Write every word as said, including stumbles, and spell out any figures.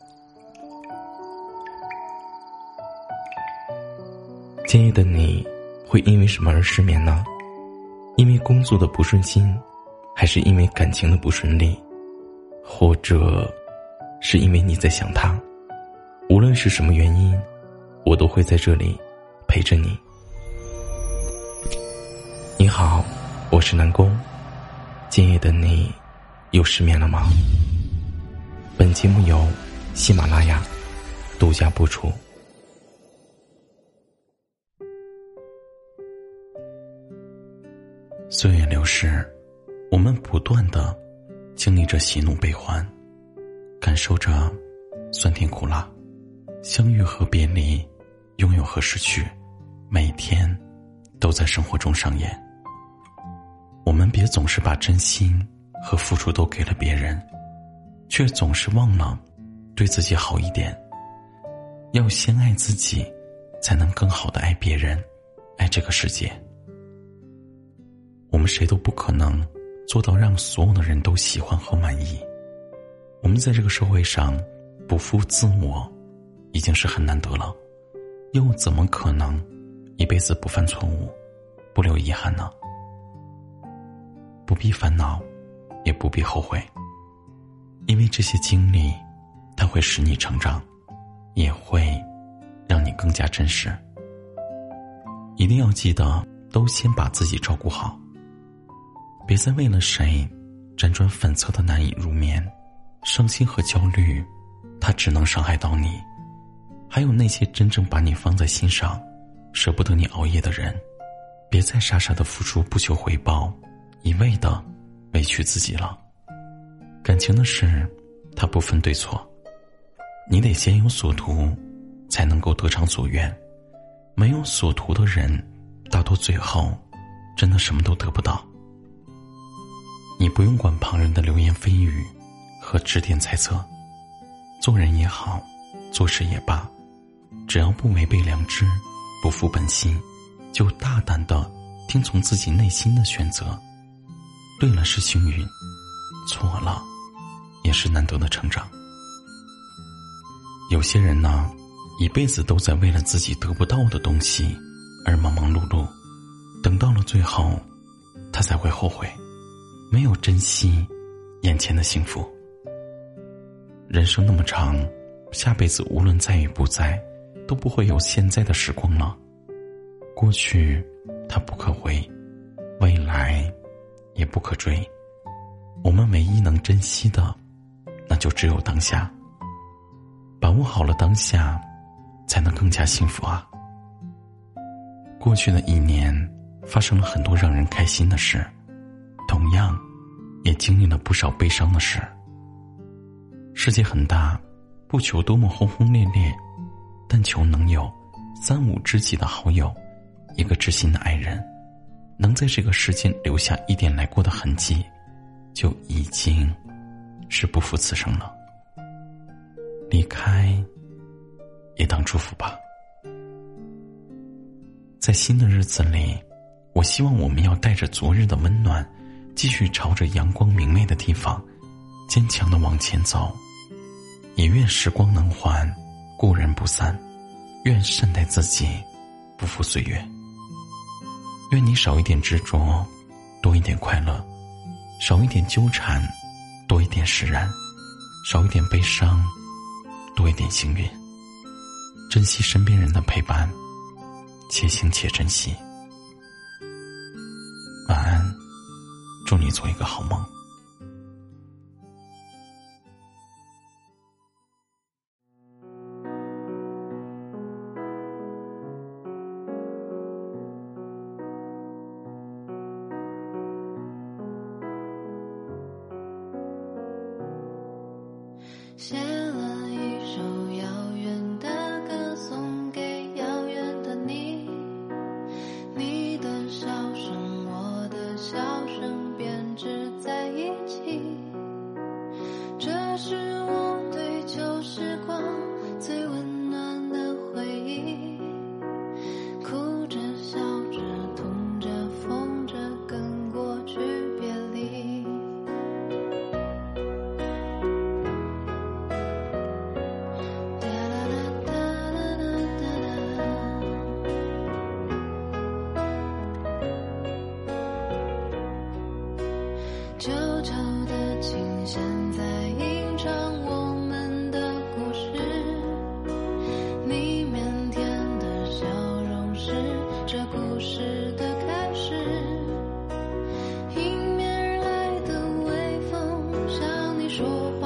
今夜的你会因为什么而失眠呢？因为工作的不顺心，还是因为感情的不顺利，或者是因为你在想他？无论是什么原因，我都会在这里陪着你。你好，我是南宫。今夜的你又失眠了吗？本节目由喜马拉雅独家播出。 岁月流逝，我们不断地经历着喜怒悲欢，感受着酸甜苦辣，相遇和别离，拥有和失去，每天都在生活中上演。我们别总是把真心和付出都给了别人，却总是忘了对自己好一点。要先爱自己，才能更好地爱别人，爱这个世界。我们谁都不可能做到让所有的人都喜欢和满意。我们在这个社会上不负自我已经是很难得了，又怎么可能一辈子不犯错误，不留遗憾呢？不必烦恼，也不必后悔，因为这些经历它会使你成长，也会让你更加真实。一定要记得都先把自己照顾好，别再为了谁辗转反侧的难以入眠，伤心和焦虑它只能伤害到你。还有那些真正把你放在心上，舍不得你熬夜的人，别再傻傻的付出不求回报，一味的委屈自己了。感情的事它不分对错，你得先有所图才能够得偿所愿，没有所图的人大多最后真的什么都得不到。你不用管旁人的流言蜚语和指点猜测，做人也好，做事也罢，只要不违背良知，不负本心，就大胆地听从自己内心的选择。对了是幸运，错了也是难得的成长。有些人呢，一辈子都在为了自己得不到的东西而忙忙碌碌，等到了最后他才会后悔，没有珍惜眼前的幸福。人生那么长，下辈子无论在与不在，都不会有现在的时光了。过去它不可回，未来也不可追。我们唯一能珍惜的，那就只有当下。把握好了当下，才能更加幸福啊。过去的一年发生了很多让人开心的事，同样也经历了不少悲伤的事。世界很大，不求多么轰轰烈烈，但求能有三五知己的好友，一个知心的爱人，能在这个世间留下一点来过的痕迹，就已经是不负此生了。离开也当祝福吧。在新的日子里，我希望我们要带着昨日的温暖，继续朝着阳光明媚的地方坚强地往前走。也愿时光能还，故人不散，愿善待自己，不负岁月。愿你少一点执着，多一点快乐，少一点纠缠，多一点释然，少一点悲伤，多一点幸运。珍惜身边人的陪伴，且行且珍惜。晚安，祝你做一个好梦。 写了一首遥远的歌送给遥远的你，你的笑声我的笑声编织在一起，这是我对旧时光最温暖的回忆，哭着笑着痛着疯着跟过去别离。 说